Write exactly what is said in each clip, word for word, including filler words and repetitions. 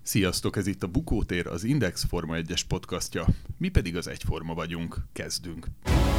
Sziasztok, ez itt a Bukótér, az Index Forma egyes podcastja. Mi pedig az Egyforma vagyunk. Kezdünk!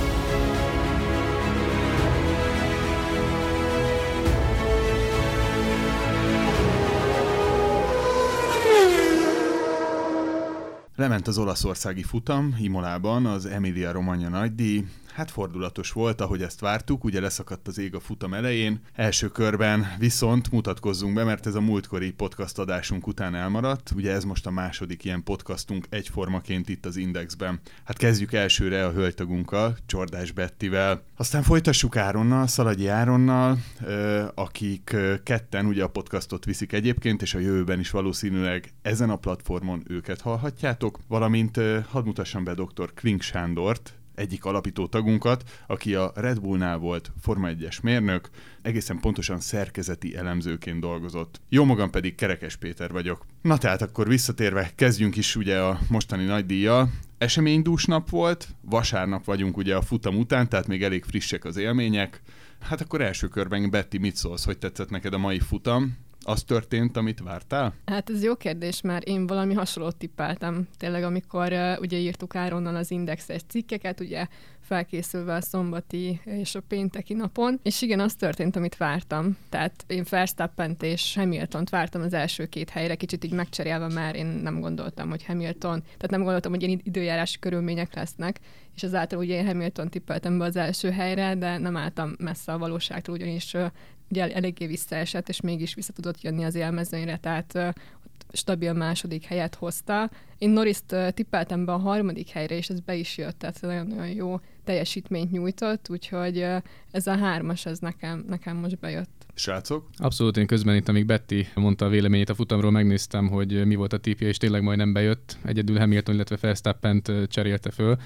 Lement az olaszországi futam Imolában, az Emilia-Romagna nagydíj. Hát fordulatos volt, ahogy ezt vártuk, ugye leszakadt az ég a futam elején. Első körben viszont mutatkozzunk be, mert ez a múltkori podcast adásunk után elmaradt. Ugye ez most a második ilyen podcastunk egyformaként itt az Indexben. Hát kezdjük elsőre a hölgytagunkkal, Csordás Bettivel. Aztán folytassuk Áronnal, Szaladyi Áronnal, akik ketten ugye a podcastot viszik egyébként, és a jövőben is valószínűleg ezen a platformon őket hallhatjátok. Valamint hadd mutassam be dr. Klink Sándort, egyik alapító tagunkat, aki a Red Bullnál volt Forma egyes mérnök, egészen pontosan szerkezeti elemzőként dolgozott. Jó magam pedig Kerekes Péter vagyok. Na tehát akkor visszatérve, kezdjünk is ugye a mostani nagydíjjal. Eseménydús nap volt, vasárnap vagyunk ugye a futam után, tehát még elég frissek az élmények. Hát akkor első körben, Betty, mit szólsz, hogy tetszett neked a mai futam? Az történt, amit vártál? Hát ez jó kérdés, mert én valami hasonlót tippeltem. Tényleg, amikor uh, ugye írtuk Áronnal az Indexes cikkeket, ugye felkészülve a szombati és a pénteki napon, és igen, az történt, amit vártam. Tehát én Verstappent és Hamiltont vártam az első két helyre, kicsit így megcserélve, mert én nem gondoltam, hogy Hamilton, tehát nem gondoltam, hogy ilyen időjárási körülmények lesznek, és azáltal ugye én Hamilton tippeltem be az első helyre, de nem álltam messze a valóságtól, ugyanis uh, ugye eléggé visszaesett, és mégis vissza tudott jönni az élmezőnyre, tehát uh, stabil második helyet hozta. Én Norrist uh, tippeltem be a harmadik helyre, és ez be is jött, tehát nagyon-nagyon jó teljesítményt nyújtott, úgyhogy uh, ez a hármas, ez nekem, nekem most bejött. Srácok? Abszolút, én közben itt, amíg Betty mondta a véleményét a futamról, megnéztem, hogy mi volt a tippje, és tényleg majdnem bejött. Egyedül Hamilton, illetve Verstappent cserélte föl.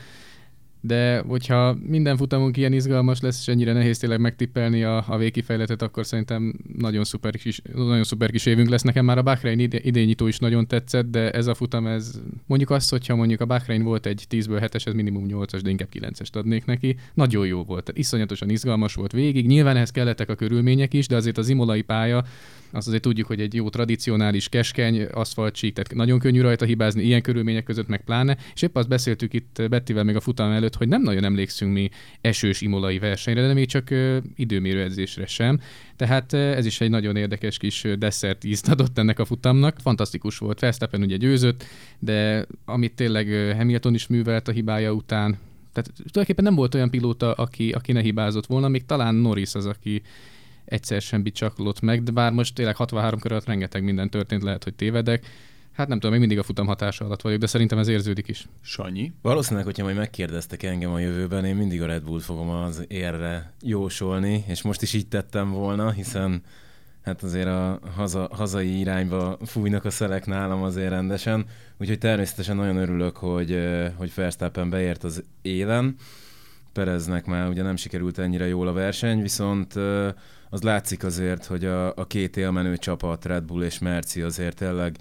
De hogyha minden futamunk ilyen izgalmas lesz, és ennyire nehéz tényleg megtippelni a, a végkifejletet, akkor szerintem nagyon szuper kis, nagyon szuper kis évünk lesz. Nekem már a Bahrein idénynyitó is nagyon tetszett, de ez a futam, ez mondjuk azt, hogyha mondjuk a Bahrein volt egy tízből hetes, ez minimum nyolcas, de inkább kilencest adnék neki. Nagyon jó volt, tehát iszonyatosan izgalmas volt végig. Nyilván ehhez kellettek a körülmények is, de azért az imolai pálya, azt azért tudjuk, hogy egy jó tradicionális, keskeny aszfaltsík, tehát nagyon könnyű rajta hibázni, ilyen körülmények között meg pláne. És épp azt beszéltük itt Bettivel még a futam előtt, hogy nem nagyon emlékszünk mi esős imolai versenyre, de még csak uh, időmérőedzésre sem. Tehát uh, ez is egy nagyon érdekes kis desszert ízt adott ennek a futamnak. Fantasztikus volt. Verstappen ugye győzött, de amit tényleg uh, Hamilton is művelt a hibája után, tehát tulajdonképpen nem volt olyan pilóta, aki, aki ne hibázott volna, még talán Norris az, aki egyszer sem bicsaklott meg, de bár most tényleg hatvanhárom kör alatt rengeteg minden történt, lehet, hogy tévedek. Hát nem tudom, még mindig a futam hatása alatt vagyok, de szerintem ez érződik is. Sanyi? Valószínűleg, hogyha majd megkérdeztek engem a jövőben, én mindig a Red Bullt fogom az érre jósolni, és most is így tettem volna, hiszen hát azért a haza, hazai irányba fújnak a szelek nálam azért rendesen, úgyhogy természetesen nagyon örülök, hogy, hogy Verstappen beért az élen. Pereznek már ugye nem sikerült ennyire jól a verseny, viszont az látszik azért, hogy a, a két élmenő csapat, Red Bull és Merci azért tényleg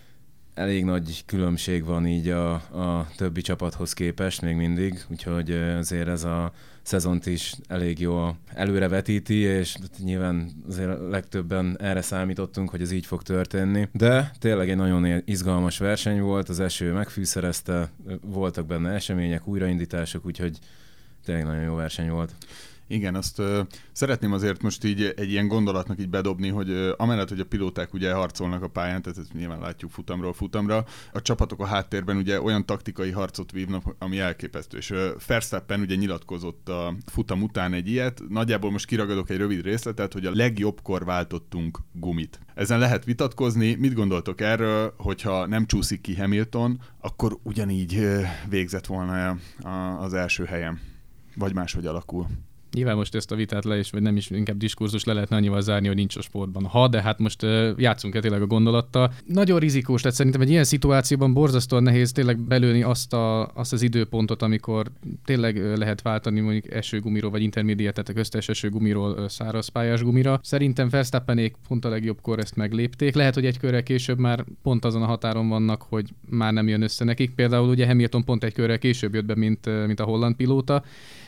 elég nagy különbség van így a, a többi csapathoz képest még mindig, úgyhogy azért ez a szezont is elég jó előrevetíti, és nyilván azért legtöbben erre számítottunk, hogy ez így fog történni. De tényleg egy nagyon izgalmas verseny volt, az eső megfűszerezte, voltak benne események, újraindítások, úgyhogy tényleg nagyon jó verseny volt. Igen, azt uh, szeretném azért most így egy ilyen gondolatnak így bedobni, hogy uh, amellett, hogy a pilóták ugye harcolnak a pályán, tehát ezt nyilván látjuk futamról futamra, a csapatok a háttérben ugye olyan taktikai harcot vívnak, ami elképesztő. És uh, Verstappen ugye nyilatkozott a futam után egy ilyet, nagyjából most kiragadok egy rövid részletet, hogy a legjobbkor váltottunk gumit. Ezen lehet vitatkozni, mit gondoltok erről, hogyha nem csúszik ki Hamilton, akkor ugyanígy uh, végzett volna az első helyen, vagy máshogy alakul. Nyilván most ezt a vitát le is, vagy nem is, inkább diskurzus le lehetne annyival zárni, hogy nincs a sportban. Ha, de hát most uh, játszunk-e tényleg a gondolattal. Nagyon rizikós, tehát szerintem egy ilyen szituációban borzasztóan nehéz tényleg belőni azt, a, azt az időpontot, amikor tényleg uh, lehet váltani mondjuk esőgumiról, vagy intermediate, tehát a köztes esőgumiról uh, szárazpályás gumira. Szerintem Verstappenék pont a legjobbkor ezt meglépték. Lehet, hogy egy körrel később már pont azon a határon vannak, hogy már nem jön össze nekik. Például ugye Hamilton pont egy körrel később jött be, mint, uh, mint a holland pilóta.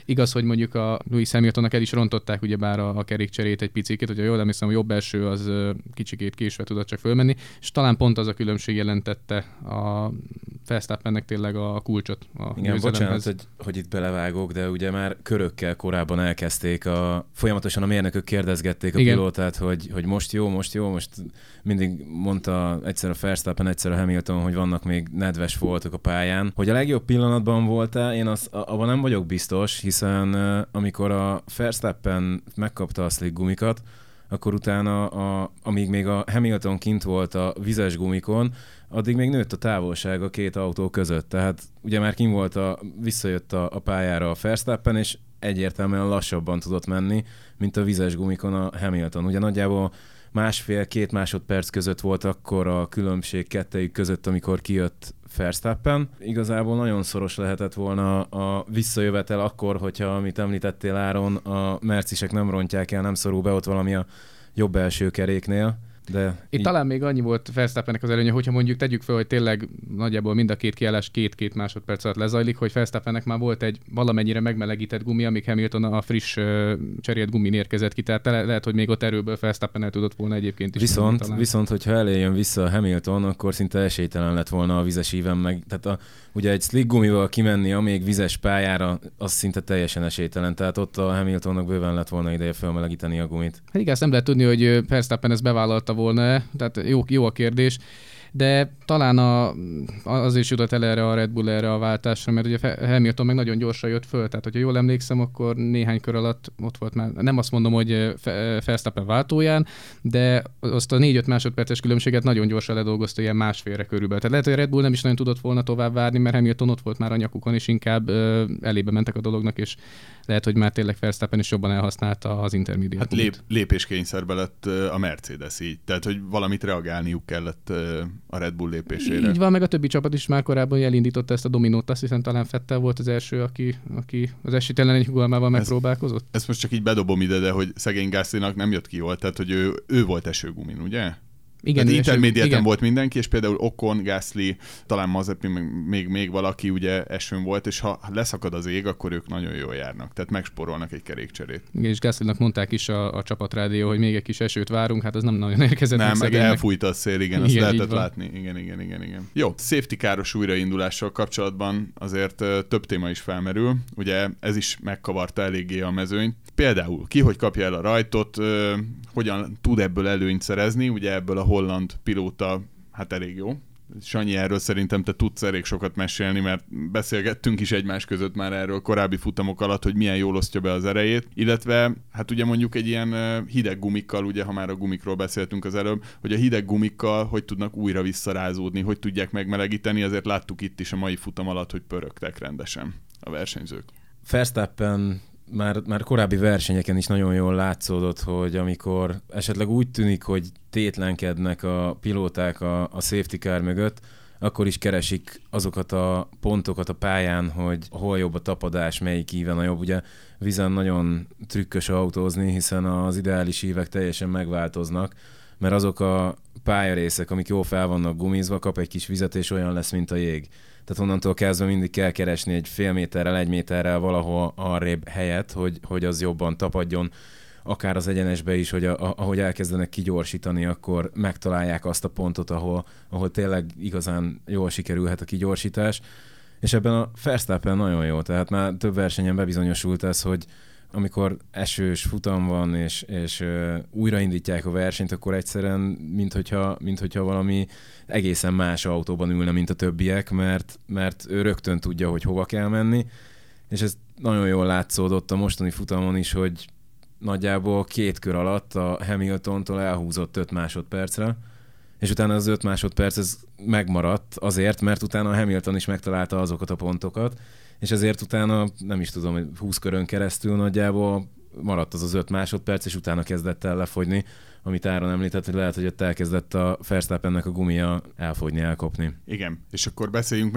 Igaz, hogy mondjuk a Lewis Hamiltonnak el is rontották ugyebár a, a kerékcserét egy picikét, hogyha jól emlékszem, a jobb első az kicsikét késve tudott csak fölmenni, és talán pont az a különbség jelentette a Verstappennek tényleg a kulcsot a Igen, bocsánat, hogy, hogy itt belevágok, de ugye már körökkel korábban elkezdték, a, folyamatosan a mérnökök kérdezgették a Igen. pilótát, hogy, hogy most jó, most jó, most mindig mondta egyszer a Verstappen, egyszer a Hamilton, hogy vannak még nedves foltok a pályán. Hogy a legjobb pillanatban volt-e, én az, abban nem vagyok biztos, hiszen amikor a Verstappen megkapta a slick gumikat, akkor utána, a, amíg még a Hamilton kint volt a vizes gumikon, addig még nőtt a távolság a két autó között. Tehát ugye már kint volt, a, visszajött a, a pályára a Verstappen, és egyértelműen lassabban tudott menni, mint a vizes gumikon a Hamilton. Ugye nagyjából másfél-két másodperc között volt akkor a különbség kettejük között, amikor kijött Verstappen. Igazából nagyon szoros lehetett volna a visszajövetel akkor, hogyha, amit említettél Áron, a mercisek nem rontják el, nem szorul be ott valami a jobb első keréknél. De Itt így... talán még annyi volt Verstappennek az előnye, hogyha mondjuk tegyük fel, hogy tényleg nagyjából mind a két kiállás két-két másodperc alatt lezajlik, hogy Verstappennek már volt egy valamennyire megmelegített gumi, amíg Hamilton a friss uh, cserélt gumin érkezett ki, tehát le- lehet, hogy még ott erőből Verstappen el tudott volna egyébként is. Viszont, viszont hogyha eléjön vissza a Hamilton, akkor szinte esélytelen lett volna a vizes íven meg. Tehát a, ugye egy slick gumival kimenni, amíg vizes pályára, az szinte teljesen esélytelen. Tehát ott a Hamiltonnak bőven lett volna ideje felmelegíteni a gumit. Hát igen, ezt nem lehet tudni, hogy Verstappen ezt bevállalta volna, tehát jó, jó a kérdés, de talán a, az is jutott el erre a Red Bull erre a váltásra, mert ugye Hamilton meg nagyon gyorsan jött föl, tehát hogyha jól emlékszem, akkor néhány kör alatt ott volt már, nem azt mondom, hogy Verstappen váltóján, de azt a négy-öt másodperces különbséget nagyon gyorsan ledolgozta ilyen másfélre körülbelül. Tehát lehet, hogy a Red Bull nem is nagyon tudott volna tovább várni, mert Hamilton ott volt már a nyakukon, és inkább ö, elébe mentek a dolognak, és lehet, hogy már tényleg Verstappen is jobban elhasználta az intermediate. Hát lép, lépéskényszerbe lett a Mercedes így, tehát hogy valamit reagálniuk kellett a Red Bull lépésére. Így van, meg a többi csapat is már korábban elindította ezt a dominót, azt hiszem talán Vettel volt az első, aki, aki az esélytelen egy nyugalmával megpróbálkozott. Ezt, ezt most csak így bedobom ide, de hogy szegény Gaslynak nem jött ki jól, tehát hogy ő, ő volt esőgumin, ugye? Igen, tehát intermédiáten volt mindenki, és például Ocon, Gasly, talán Mazepin, még, még, még valaki ugye esőn volt, és ha leszakad az ég, akkor ők nagyon jól járnak, tehát megspórolnak egy kerékcserét. Igen, és Gaslynak mondták is a, a csapatrádió, hogy még egy kis esőt várunk, hát az nem nagyon érkezett. Nem, meg elfújt a szél, igen, azt igen, lehetett látni. Igen, igen, igen, igen. Jó, safety káros újraindulással kapcsolatban azért több téma is felmerül, ugye ez is megkavarta eléggé a mezőnyt. Például ki, hogy kapja el a rajtot, hogyan tud ebből előnyt szerezni, ugye ebből a holland pilóta, hát elég jó. Sanyi, erről szerintem te tudsz elég sokat mesélni, mert beszélgettünk is egymás között már erről korábbi futamok alatt, hogy milyen jól osztja be az erejét, illetve hát ugye mondjuk egy ilyen hideg gumikkal, ugye ha már a gumikról beszéltünk az előbb, hogy a hideg gumikkal hogy tudnak újra visszarázódni, hogy tudják megmelegíteni, azért láttuk itt is a mai futam alatt, hogy pörögtek rendesen a versenyzők. Verstappen Már, már korábbi versenyeken is nagyon jól látszódott, hogy amikor esetleg úgy tűnik, hogy tétlenkednek a pilóták a, a safety car mögött, akkor is keresik azokat a pontokat a pályán, hogy hol jobb a tapadás, melyik íven a jobb. Ugye vizen nagyon trükkös autózni, hiszen az ideális ívek teljesen megváltoznak, mert azok a pályarészek, amik jól fel vannak gumizva, kap egy kis vizet, és olyan lesz, mint a jég. Tehát onnantól kezdve mindig kell keresni egy fél méterrel, egy méterrel valahol arrébb helyet, hogy, hogy az jobban tapadjon, akár az egyenesbe is, hogy a, ahogy elkezdenek kigyorsítani, akkor megtalálják azt a pontot, ahol, ahol tényleg igazán jól sikerülhet a kigyorsítás. És ebben a Verstappen nagyon jó, tehát már több versenyen bebizonyosult ez, hogy amikor esős futam van, és, és uh, újraindítják a versenyt, akkor egyszerűen, minthogyha, minthogyha valami egészen más autóban ülne, mint a többiek, mert, mert ő rögtön tudja, hogy hova kell menni, és ez nagyon jól látszódott a mostani futamon is, hogy nagyjából két kör alatt a Hamiltontól elhúzott öt másodpercre, és utána az öt másodperc ez megmaradt azért, mert utána a Hamilton is megtalálta azokat a pontokat, és ezért utána, nem is tudom, hogy húsz körön keresztül nagyjából maradt az az öt másodperc, és utána kezdett el lefogyni, amit Áron említett, hogy lehet, hogy ott elkezdett a Verstappennek a gumia elfogyni, elkopni. Igen, és akkor beszéljünk még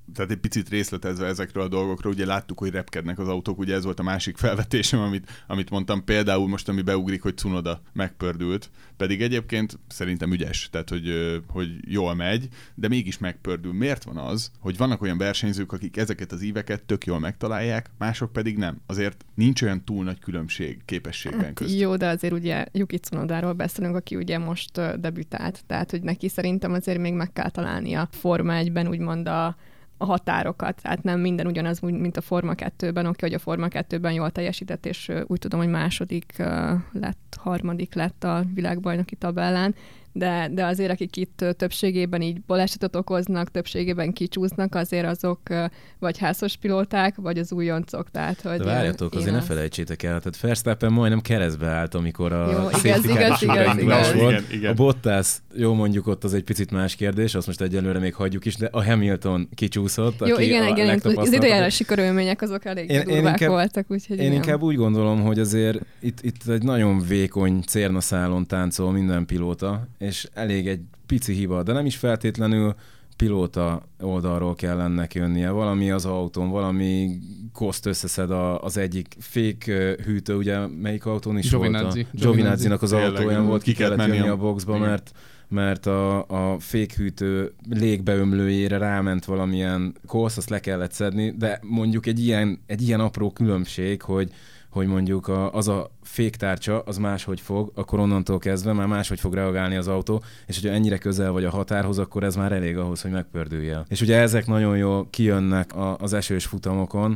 tehát egy picit részletezve ezekről a dolgokról, ugye láttuk, hogy repkednek az autók, ugye ez volt a másik felvetésem, amit, amit mondtam, például most, ami beugrik, hogy Tsunoda megpördült, pedig egyébként szerintem ügyes, tehát hogy, hogy jól megy, de mégis megpördül. Miért van az, hogy vannak olyan versenyzők, akik ezeket az íveket tök jól megtalálják, mások pedig nem? Azért nincs olyan túl nagy különbség képességben hát köztük. Jó, de azért ugye Yuki Tsunodáról beszélünk, aki ugye most uh, debütált, tehát hogy neki szerintem azért még meg kell találni a Forma egyben úgymond a a határokat, tehát nem minden ugyanaz, mint a Forma kettőben, oké, hogy a Forma kettőben jól teljesített, és úgy tudom, hogy második lett, harmadik lett a világbajnoki tabellán, de, de azért akik itt többségében így balesetet okoznak, többségében kicsúsznak, azért azok vagy házas pilóták, vagy az újoncok. Tehát, hogy de várjatok, azért ne felejtsétek el, tehát Verstappen majdnem keresztbe állt, amikor a safety car indulás volt. Igen, igen. A Bottas, jó mondjuk ott az egy picit más kérdés, azt most egyelőre még hagyjuk is, de a Hamilton kicsúszott, jó, aki igen, a igen, legtapasztaltabb. az időjárási körülmények azok elég én, durvák én inkább, voltak. Úgyhogy én igen. inkább úgy gondolom, hogy azért itt, itt egy nagyon vékony cérnaszálon táncol minden pilóta, és elég egy pici hiba, de nem is feltétlenül pilóta oldalról kell ennek jönnie. Valami az autón, valami koszt összeszed a, az egyik fék hűtő, ugye melyik autón is Giovinazzi. volt? A Giovinazzi-nak az autóján volt, ki kellett jönni a boxba, igen. mert mert a, a fékhűtő légbeömlőjére ráment valamilyen kosz, azt le kellett szedni, de mondjuk egy ilyen, egy ilyen apró különbség, hogy hogy mondjuk a, az a féktárcsa, az máshogy fog, akkor onnantól kezdve már máshogy fog reagálni az autó, és hogyha ennyire közel vagy a határhoz, akkor ez már elég ahhoz, hogy megpördüljél. És ugye ezek nagyon jól kijönnek a, az esős futamokon,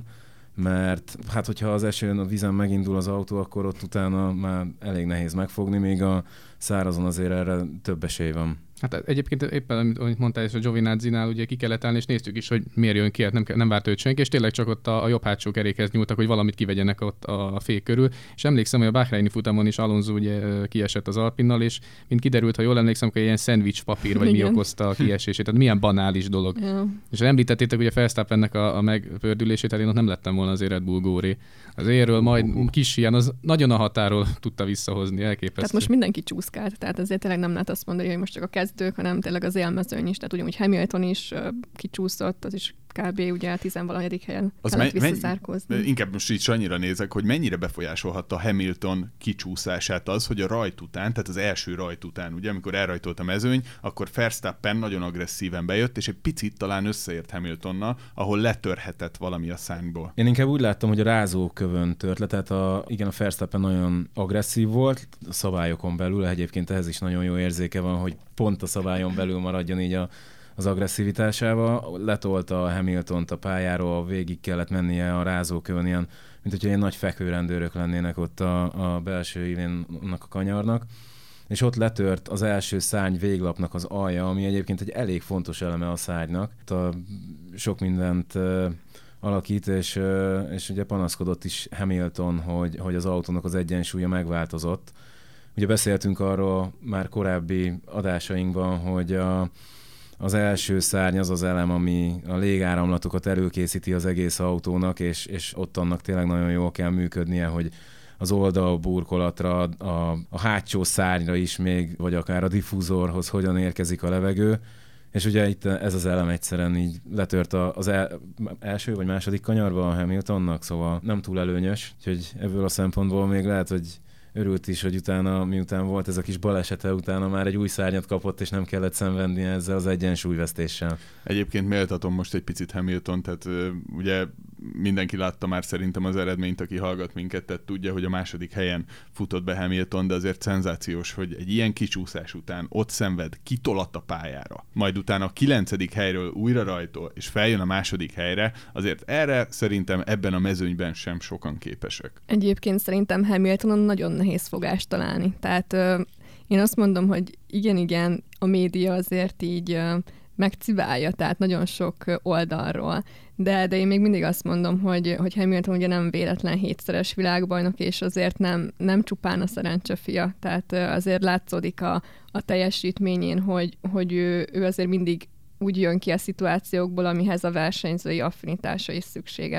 mert hát hogyha az esőn, a vízen megindul az autó, akkor ott utána már elég nehéz megfogni, még a szárazon azért erre több esély van. Hát egyébként éppen, amit mondtál, és a Giovinazzinál ugye ki kellett állni, és néztük is, hogy miért jön ki, hát nem, nem várt őt senki, és tényleg csak ott a, a jobb hátsó kerékhez nyúltak, hogy valamit kivegyenek ott a fék körül, és emlékszem, hogy a Bahreini futamon is Alonso ugye kiesett az Alpinnal, és mint kiderült, ha jól emlékszem, hogy ilyen szendvics papír, vagy igen. mi okozta a kiesését, tehát milyen banális dolog. Ja. És említettétek ugye Verstappennek a, a megpördülését, tehát én ott nem lettem volna azért Red Bull góré. Az érről majd kis ilyen, az nagyon a határól tudta visszahozni, elképesztő. Tehát most mindenki csúszkált, tehát azért tényleg nem lehet azt mondani, hogy most csak a kezdők, hanem tényleg az élmezőny is, tehát ugyanúgy Hamilton is uh, kicsúszott, az is kb. Ugye tizenvalanyadik helyen az kellett me- visszaszárkózni. Men- inkább most így annyira nézek, hogy mennyire befolyásolhatta Hamilton kicsúszását az, hogy a rajt után, tehát az első rajt után, ugye, amikor elrajtolt a mezőny, akkor Verstappen nagyon agresszíven bejött, és egy picit talán összeért Hamiltonnal, ahol letörhetett valami a szárnyból. Én inkább úgy láttam, hogy a rázókövön tört le, tehát a, igen, a Verstappen nagyon agresszív volt, a szabályokon belül, egyébként ehhez is nagyon jó érzéke van, hogy pont a szabályon belül maradjon így a az agresszivitásával, letolta a Hamiltont a pályáról, végig kellett mennie a rázókövön, ilyen, mint hogyha ilyen nagy fekvőrendőrök lennének ott a, a belső élénnek a kanyarnak, és ott letört az első szárny véglapnak az alja, ami egyébként egy elég fontos eleme a szárnynak. A sok mindent uh, alakít, és, uh, és ugye panaszkodott is Hamilton, hogy, hogy az autónak az egyensúlya megváltozott. Ugye beszéltünk arról már korábbi adásainkban, hogy a az első szárny az az elem, ami a légáramlatokat előkészíti az egész autónak, és, és ott annak tényleg nagyon jól kell működnie, hogy az oldal burkolatra, a, a hátsó szárnyra is még, vagy akár a diffúzorhoz hogyan érkezik a levegő. És ugye itt ez az elem egyszerűen így letört az el, első vagy második kanyarba a Hamiltonnak, szóval nem túl előnyös, úgyhogy ebből a szempontból még lehet, hogy örült is, hogy utána, miután volt ez a kis balesete, utána már egy új szárnyat kapott, és nem kellett szenvednie ezzel az egyensúlyvesztéssel. Egyébként méltatom most egy picit Hamilton, tehát uh, ugye mindenki látta már szerintem az eredményt, aki hallgat minket, tehát tudja, hogy a második helyen futott be Hamilton, de azért szenzációs, hogy egy ilyen kicsúszás után ott szenved, kitolat a pályára, majd utána a kilencedik helyről újra rajtol, és feljön a második helyre, azért erre szerintem ebben a mezőnyben sem sokan képesek. Egyébként szerintem Hamiltonon nagyon nehéz fogást találni. Tehát ö, én azt mondom, hogy igen-igen, a média azért így ö, megcibálja, tehát nagyon sok oldalról. De, de én még mindig azt mondom, hogy, hogy Hamilton ugye nem véletlen hétszeres világbajnok, és azért nem, nem csupán a szerencse fia. Tehát azért látszódik a, a teljesítményén, hogy, hogy ő, ő azért mindig úgy jön ki a szituációkból, amihez a versenyzői affinitása is szükséges.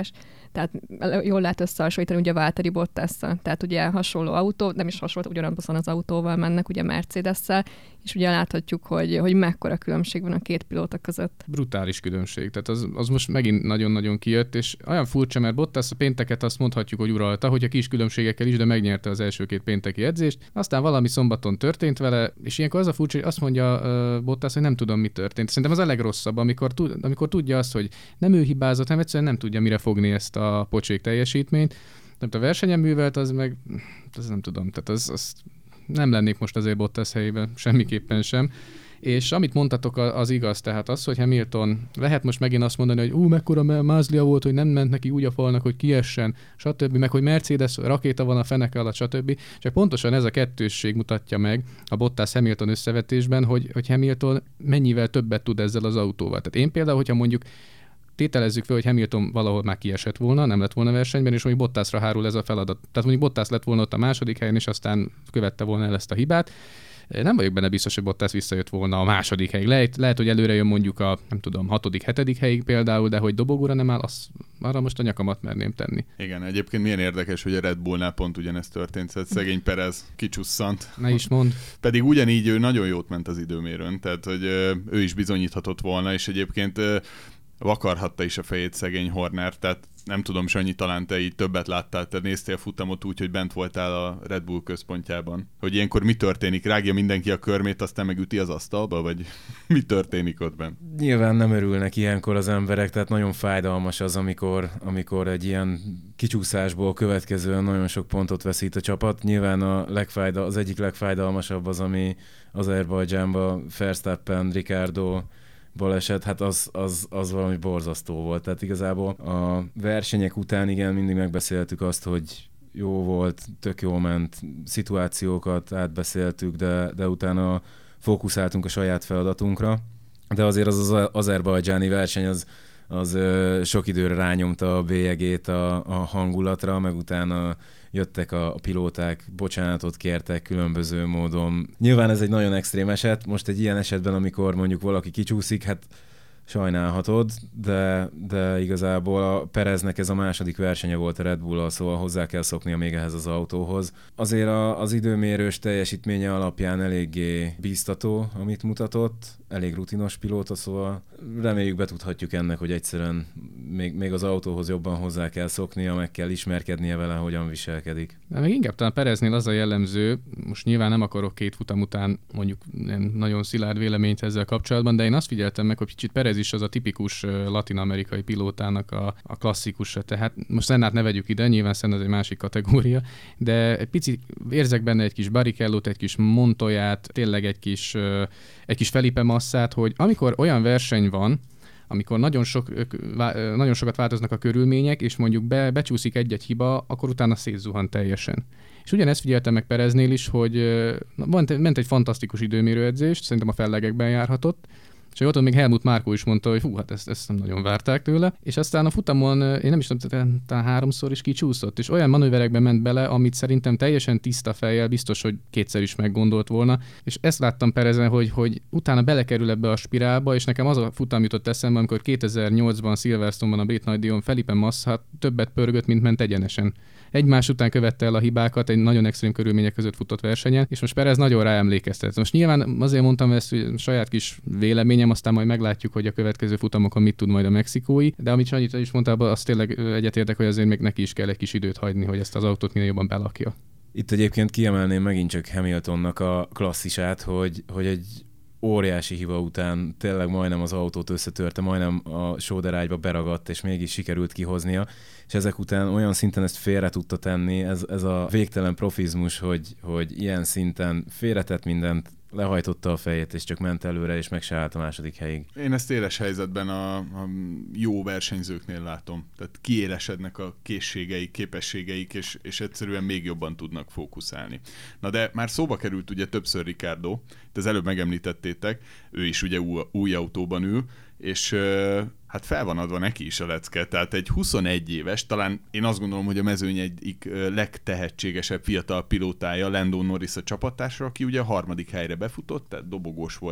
Tehát jól lehet összehasonlítani ugye Valtteri Bottasszal. Tehát ugye hasonló autó, nem is hasonló, ugyanabban az autóval mennek, ugye Mercedes-szel, és ugye láthatjuk, hogy, hogy mekkora különbség van a két pilóta között. Brutális különbség. Tehát az, az most megint nagyon-nagyon kijött, és olyan furcsa, mert Bottas a pénteket azt mondhatjuk, hogy uralta, hogy a kis különbségekkel is, de megnyerte az első két pénteki edzést. Aztán valami szombaton történt vele, és ilyenkor az a furcsa, hogy azt mondja uh, Bottas, hogy nem tudom, mi történt. Szerintem az a legrosszabb, amikor, tud, amikor tudja azt, hogy nem ő hibázott, hanem egyszerűen nem tudja mire fogni ezt a pocsék teljesítményt. Mert a versenyen művelt, az meg, az nem tudom, tehát az, az nem lennék most azért Bottas helyében, semmiképpen sem. És amit mondtatok, az igaz, tehát az, hogy Hamilton lehet most megint azt mondani, hogy ú, mekkora mázlia volt, hogy nem ment neki úgy a falnak, hogy kiessen, stb., meg hogy Mercedes rakéta van a feneke alatt, stb. Csak pontosan ez a kettősség mutatja meg a Bottas-Hamilton összevetésben, hogy, hogy Hamilton mennyivel többet tud ezzel az autóval. Tehát én például, hogyha mondjuk tételezzük fel, hogy Hamilton valahol már kiesett volna, nem lett volna versenyben, és mondjuk Bottasra hárul ez a feladat. Tehát mondjuk Bottas lett volna ott a második helyen, és aztán követte volna el ezt a hibát. Nem vagyok benne biztos, hogy Bottas visszajött volna a második helyig. Lehet, lehet, hogy előre jön mondjuk a, nem tudom, hatodik, hetedik helyig például, de hogy dobogóra nem áll, az, arra most a nyakamat merném tenni. Igen, egyébként milyen érdekes, hogy a Red Bullnál pont ugyanezt történt, szóval szegény Perez kicsusszant. Ne is mond. Pedig ugyanígy ő nagyon jót ment az időmérőn, tehát hogy ő is bizonyíthatott volna, és egyébként vakarhatta is a fejét szegény Horner, tehát nem tudom, Sanyi, talán te így többet láttál, te néztél futamot úgy, hogy bent voltál a Red Bull központjában. Hogy ilyenkor mi történik? Rágja mindenki a körmét, aztán megüti az asztalba, vagy mi történik ott bent? Nyilván nem örülnek ilyenkor az emberek, tehát nagyon fájdalmas az, amikor, amikor egy ilyen kicsúszásból következően nagyon sok pontot veszít a csapat. Nyilván a legfájdal, az egyik legfájdalmasabb az, ami Azerbajdzsánban Verstappen, Ricciardo baleset, hát az, az, az valami borzasztó volt. Tehát igazából a versenyek után igen, mindig megbeszéltük azt, hogy jó volt, tök jól ment, szituációkat átbeszéltük, de, de utána fókuszáltunk a saját feladatunkra. De azért az az azerbajdzsáni verseny az, az sok időre rányomta a bélyegét a, a hangulatra, meg utána jöttek a, a pilóták, bocsánatot kértek különböző módon. Nyilván ez egy nagyon extrém eset, most egy ilyen esetben, amikor mondjuk valaki kicsúszik, hát sajnálhatod, de, de igazából a Pereznek ez a második versenye volt a Red Bull-al, szóval hozzá kell szoknia még ehhez az autóhoz. Azért a, az időmérős teljesítménye alapján eléggé bíztató, amit mutatott, elég rutinos pilóta, szóval reméljük betudhatjuk ennek, hogy egyszerűen még, még az autóhoz jobban hozzá kell szoknia, meg kell ismerkednie vele, hogyan viselkedik. De még inkább talán Pereznél az a jellemző, most nyilván nem akarok két futam után mondjuk nagyon szilárd véleményt ezzel kapcsolatban, de én azt figyeltem meg, hogy kicsit Perez is az a tipikus latin-amerikai pilótának a, a klasszikusa. Tehát most Sennát ne vegyük ide, nyilván Senna az egy másik kategória, de egy picit érzek benne egy kis Barrichello-t, egy kis Montoyát, tényleg egy kis, egy kis Felipe Massát, hogy amikor olyan verseny van, amikor nagyon, sok, nagyon sokat változnak a körülmények, és mondjuk be, becsúszik egy-egy hiba, akkor utána szétzuhan teljesen. És ugyanezt figyeltem meg Pereznél is, hogy ment egy fantasztikus időmérőedzést, szerintem a fellegekben járhatott, és ott még Helmut Márkó is mondta, hogy hú, hát ezt, ezt nem nagyon várták tőle, és aztán a futamon, én nem is tudom, talán háromszor is kicsúszott, és olyan manőverekbe ment bele, amit szerintem teljesen tiszta fejjel, biztos, hogy kétszer is meggondolt volna, és ezt láttam Perezen, hogy, hogy utána belekerül ebbe a spirálba, és nekem az a futam jutott eszembe, amikor kétezer-nyolcban Silverstone-ban a brit nagydíjon Felipe Massa többet pörgött, mint ment egyenesen. Egymás után követte el a hibákat, egy nagyon extrém körülmények között futott versenyen, és most Perez nagyon ráemlékeztet. Most nyilván azért mondtam ezt, hogy saját kis véleményem, aztán majd meglátjuk, hogy a következő futamokon mit tud majd a mexikói, de amit Sanyit is mondtál, az tényleg egyetértek, hogy azért még neki is kell egy kis időt hagyni, hogy ezt az autót minél jobban belakja. Itt egyébként kiemelném megint csak Hamiltonnak a klasszisát, hogy, hogy egy óriási hiba után tényleg majdnem az autót összetörte, majdnem a sóderágyba beragadt, és mégis sikerült kihoznia, és ezek után olyan szinten ezt félre tudta tenni, ez, ez a végtelen profizmus, hogy, hogy ilyen szinten félretett mindent, lehajtotta a fejét, és csak ment előre, és meg se állt a második helyig. Én ezt éles helyzetben a, a jó versenyzőknél látom. Tehát kiélesednek a készségeik, képességeik, és, és egyszerűen még jobban tudnak fókuszálni. Na de már szóba került ugye többször Ricciardo, de az előbb megemlítettétek, ő is ugye új, új autóban ül, és hát fel van adva neki is a lecke, tehát egy huszonegy éves, talán én azt gondolom, hogy a mezőny egyik legtehetségesebb fiatal pilótája, Lando Norris a csapattársra, aki ugye a harmadik helyre befutott, tehát dobogós volt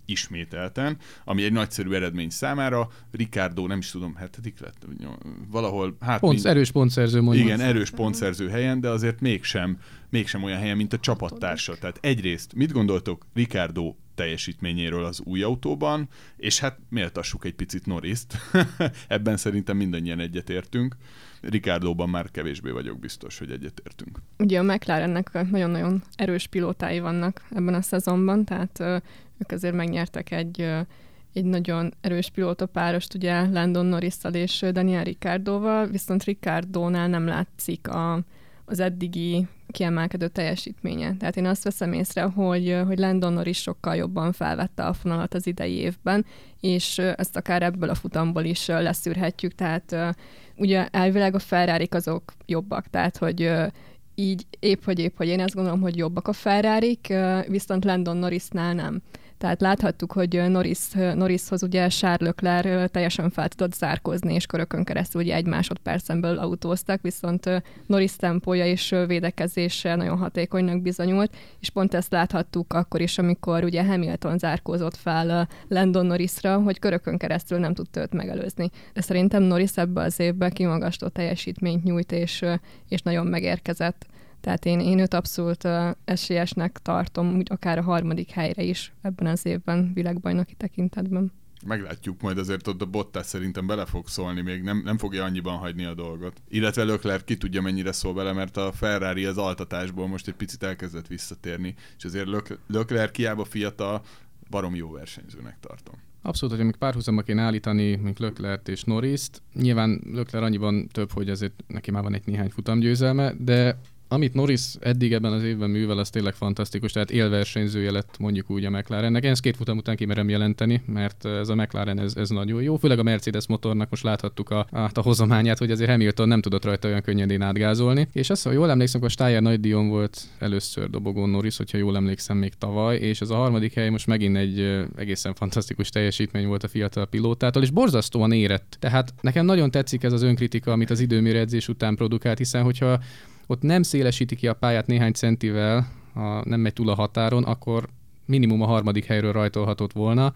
ismételten, ami egy nagyszerű eredmény számára. Ricciardo, nem is tudom, hetedik lett, valahol... Hát Pont, mind... Erős pontszerző mondjuk. Igen, erős pontszerző helyen, de azért mégsem, mégsem olyan helyen, mint a csapattársa. Tehát egyrészt, mit gondoltok Ricciardo teljesítményéről az új autóban, és hát méltassuk egy picit Norrist. Ebben szerintem mindannyian egyetértünk. Ricciardóban már kevésbé vagyok biztos, hogy egyetértünk. Ugye a McLarennek nagyon-nagyon erős pilótái vannak ebben a szezonban, tehát ők azért megnyertek egy, egy nagyon erős pilótapárost, ugye Lando Norrisszal és Daniel Ricciardoval, viszont Ricciardónál nem látszik a, az eddigi kiemelkedő teljesítménye. Tehát én azt veszem észre, hogy, hogy Lando Norris sokkal jobban felvette a fonalat az idei évben, és ezt akár ebből a futamból is leszűrhetjük, tehát ugye elvileg a Ferrarik azok jobbak, tehát hogy így épp hogy épp, hogy én azt gondolom, hogy jobbak a Ferrarik, viszont Lando Norrisnál nem. Tehát láthattuk, hogy Norris, Norrishoz ugye Charles Leclerc teljesen fel tudott zárkózni, és körökön keresztül ugye egy másodpercen belül autóztak, viszont Norris tempója és védekezése nagyon hatékonynak bizonyult, és pont ezt láthattuk akkor is, amikor ugye Hamilton zárkózott fel Lando Norrisra, hogy körökön keresztül nem tudta őt megelőzni. De szerintem Norris ebbe az évben kimagasló teljesítményt nyújt, és, és nagyon megérkezett. Tehát én, én őt abszolút uh, esélyesnek tartom, úgy akár a harmadik helyre is ebben az évben világbajnoki tekintetben. Meglátjuk, majd azért ott a Bottas szerintem bele fog szólni, még nem, nem fogja annyiban hagyni a dolgot. Illetve Leclerc ki tudja mennyire szól bele, mert a Ferrari az altatásból most egy picit elkezdett visszatérni, és azért Leclerc hiába fiatal, barom jó versenyzőnek tartom. Abszolút, hogy amíg párhuzamba kéne állítani, mint Leclerc és Norrist, nyilván Leclerc annyiban több, hogy azért neki már van egy néhány futamgyőzelme, de amit Norris eddig ebben az évben művel, az tényleg fantasztikus, tehát élversenyzője lett mondjuk úgy a McLarennek. Én ezt két futam után kimerem jelenteni, mert ez a McLaren ez, ez nagyon jó. Főleg a Mercedes motornak most láthattuk a, a, a hozományát, hogy azért Hamilton nem tudott rajta olyan könnyedén átgázolni. És azt, ha jól emlékszem, a Steyer nagydíjon volt először dobogón Norris, hogyha jól emlékszem még tavaly, és ez a harmadik hely most megint egy egészen fantasztikus teljesítmény volt a fiatal pilótától, és borzasztóan érett. Tehát nekem nagyon tetszik ez az önkritika, amit az időmérő edzés után produkált, hiszen hogyha ott nem szélesíti ki a pályát néhány centivel, ha nem megy túl a határon, akkor minimum a harmadik helyről rajtolhatott volna,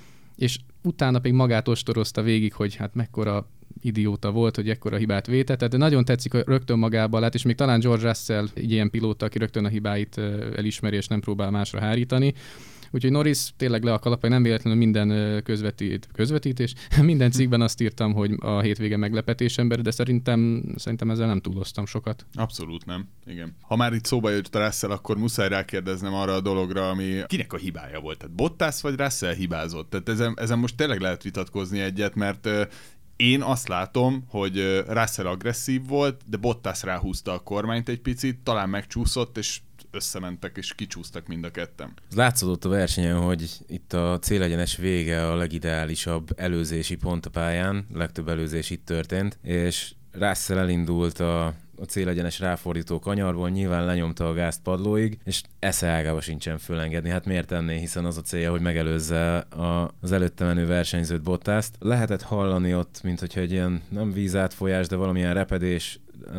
és utána pedig magát ostorozta végig, hogy hát mekkora idióta volt, hogy ekkora hibát vétett, de nagyon tetszik, hogy rögtön magába lát, és még talán George Russell egy ilyen pilóta, aki rögtön a hibáit elismeri, és nem próbál másra hárítani. Úgyhogy Norris tényleg le a kalapja, nem véletlenül minden közvetít, közvetítés, minden cikkben azt írtam, hogy a hétvége meglepetés ember, de szerintem, szerintem ezzel nem túloztam sokat. Abszolút nem, igen. Ha már itt szóba jött a Russell, akkor muszáj rákérdeznem arra a dologra, ami kinek a hibája volt. Tehát Bottas vagy Russell hibázott? Tehát ezen, ezen most tényleg lehet vitatkozni egyet, mert én azt látom, hogy Russell agresszív volt, de Bottas ráhúzta a kormányt egy picit, talán megcsúszott, és összementek és kicsúsztak mind a ketten. Látszódott a versenyen, hogy itt a célegyenes vége a legideálisabb előzési pont a pályán, legtöbb előzés itt történt, és Russell elindult a, a célegyenes ráfordító kanyarból, nyilván lenyomta a gázt padlóig, és esze ágába sincsen fölengedni. Hát miért tenné, hiszen az a célja, hogy megelőzze a, az előtte menő versenyzőt, Bottaszt. Lehetett hallani ott, mint hogyha egy ilyen nem vízátfolyás, de valamilyen repedés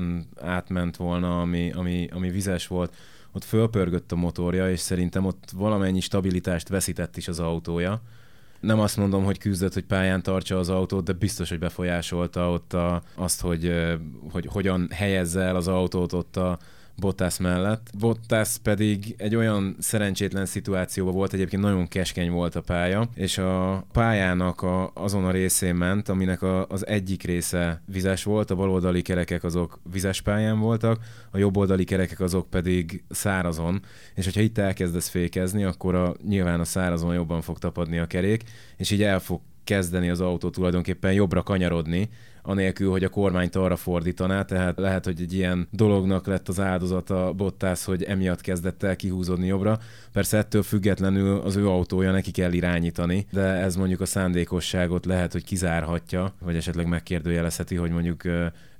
átment volna, ami, ami, ami vizes volt. Ott fölpörgött a motorja, és szerintem ott valamennyi stabilitást veszített is az autója. Nem azt mondom, hogy küzdött, hogy pályán tartsa az autót, de biztos, hogy befolyásolta ott a, azt, hogy, hogy hogyan helyezze el az autót ott a Bottas mellett. Bottas pedig egy olyan szerencsétlen szituációban volt, egyébként nagyon keskeny volt a pálya, és a pályának a, azon a részén ment, aminek a, az egyik része vizes volt, a baloldali kerekek azok vizes pályán voltak, a jobboldali kerekek azok pedig szárazon, és hogyha itt elkezdesz fékezni, akkor a, nyilván a szárazon jobban fog tapadni a kerék, és így el fog kezdeni az autó tulajdonképpen jobbra kanyarodni, anélkül, hogy a kormányt arra fordítaná, tehát lehet, hogy egy ilyen dolognak lett az áldozata Bottas, hogy emiatt kezdett el kihúzódni jobbra. Persze ettől függetlenül az ő autója neki kell irányítani, de ez mondjuk a szándékosságot lehet, hogy kizárhatja, vagy esetleg megkérdőjelezheti, hogy mondjuk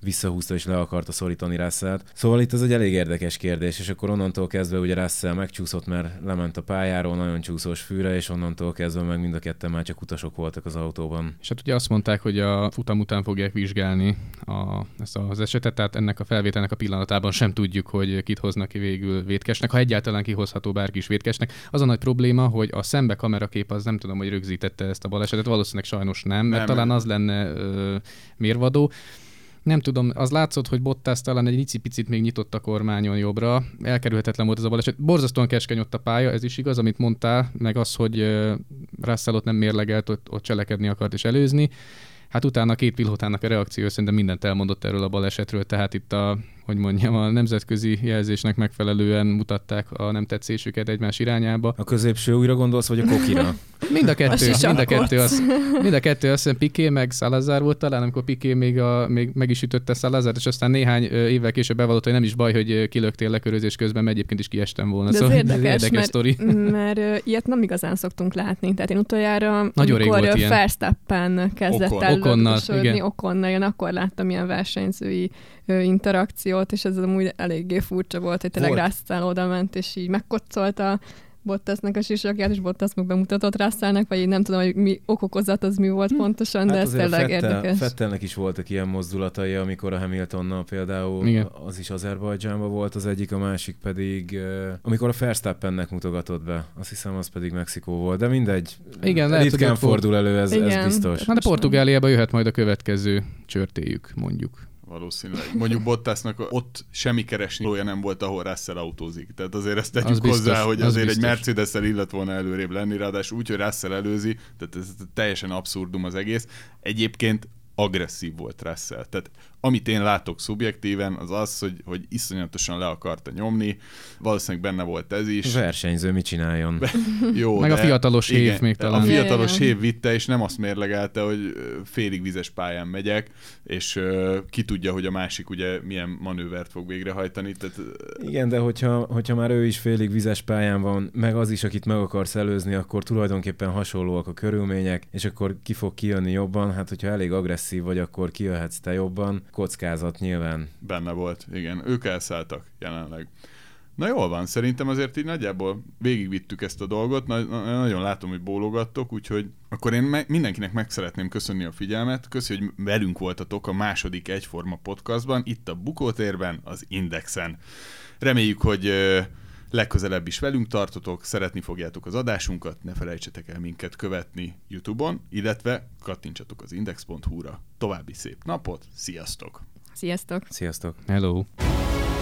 visszahúzta és le akarta szorítani Russellt. Szóval itt ez egy elég érdekes kérdés, és akkor onnantól kezdve ugye Russell megcsúszott, mert lement a pályáról, nagyon csúszós fűre, és onnantól kezdve meg mind a ketten már csak utasok voltak az autóban. És hát ugye azt mondták, hogy a futam után fogják vizsgálni a, ezt az esetet, tehát ennek a felvételnek a pillanatában sem tudjuk, hogy kit hoznak ki végül vétkesnek, ha egyáltalán kihozható bárki is vétkesnek. Az a nagy probléma, hogy a szembe kamerakép az nem tudom, hogy rögzítette ezt a balesetet, valószínűleg sajnos nem, mert nem. Talán az lenne ö, mérvadó. Nem tudom, az látszott, hogy Bottas talán egy icipicit még nyitott a kormányon jobbra. Elkerülhetetlen volt ez a baleset. Borzasztóan keskeny ott a pálya, ez is igaz, amit mondtál, meg az, hogy Russell ott nem mérlegelt, ott, ott cselekedni akart és előzni. Hát utána a két pilótának a reakció szerintem mindent elmondott erről a balesetről, tehát itt a, hogy mondjam, a nemzetközi jelzésnek megfelelően mutatták a nem tetszésüket egymás irányába. A középső újra gondolsz, vagy a kokira? Mind a kettő, mind a kettő, az, mind a kettő, azt hiszem Piqué meg Salazar volt talán, amikor Piqué még, a, még meg is ütötte Salazart, és aztán néhány évvel később bevallotta, hogy nem is baj, hogy kilöktél lekörözés közben, mert egyébként is kiestem volna. De szóval érdekes, érdekes mert, sztori. mert ilyet nem igazán szoktunk látni. Tehát én utoljára, nagyon amikor Verstappen kezdett Okon. el Okonnal, lökösödni, Okonnal, én akkor láttam ilyen versenyzői interakciót, és ez amúgy eléggé furcsa volt, hogy tényleg Russell oda ment, és így megkoccolta Bottasnak a sisakját, és Bottas meg bemutatott Russellnek, vagy én nem tudom, hogy mi okokozat az mi volt hm. pontosan, de hát ez tényleg Fettel, érdekes. Fettelnek is voltak ilyen mozdulatai, amikor a Hamiltonnal például, igen. Az is Azerbajdzsánban volt az egyik, a másik pedig, amikor a Verstappennek mutogatott be. Azt hiszem, az pedig Mexikó volt, de mindegy. Igen, lehet, ritkán fordul elő, ez, ez biztos. Hát a Portugáliában jöhet majd a következő csörtéjük, mondjuk. Valószínűleg. Mondjuk Bottasnak ott semmi keresni lója nem volt, ahol Russell autózik. Tehát azért ezt tegyük az hozzá, biztos, hogy az azért biztos. egy Mercedes-el illet volna előrébb lenni, ráadásul úgy, hogy Russell előzi, tehát ez teljesen abszurdum az egész. Egyébként agresszív volt Russell. Tehát amit én látok szubjektíven, az az, hogy, hogy iszonyatosan le akarta nyomni, valószínűleg benne volt ez is. Versenyző mit csináljon? Be, jó, meg de, a fiatalos igen, hév még talán. A fiatalos hév vitte, és nem azt mérlegelte, hogy félig vizes pályán megyek, és uh, ki tudja, hogy a másik ugye milyen manővert fog végrehajtani. Tehát, igen, de hogyha, hogyha már ő is félig vizes pályán van, meg az is, akit meg akarsz előzni, akkor tulajdonképpen hasonlóak a körülmények, és akkor ki fog kijönni jobban. Hát, hogyha elég agresszív vagy, akkor kijöhetsz te jobban. Kockázat nyilván. Benne volt, igen. Ők elszálltak jelenleg. Na jól van, szerintem azért így nagyjából végigvittük ezt a dolgot, na, na, nagyon látom, hogy bólogattok, úgyhogy akkor én me- mindenkinek meg szeretném köszönni a figyelmet. Köszi, hogy velünk voltatok a második Egyforma podcastban, itt a Bukótérben, az Indexen. Reméljük, hogy ö, legközelebb is velünk tartotok, szeretni fogjátok az adásunkat, ne felejtsetek el minket követni YouTube-on, illetve kattintsatok az index pont hu-ra. További szép napot, sziasztok! Sziasztok! Sziasztok! Hello!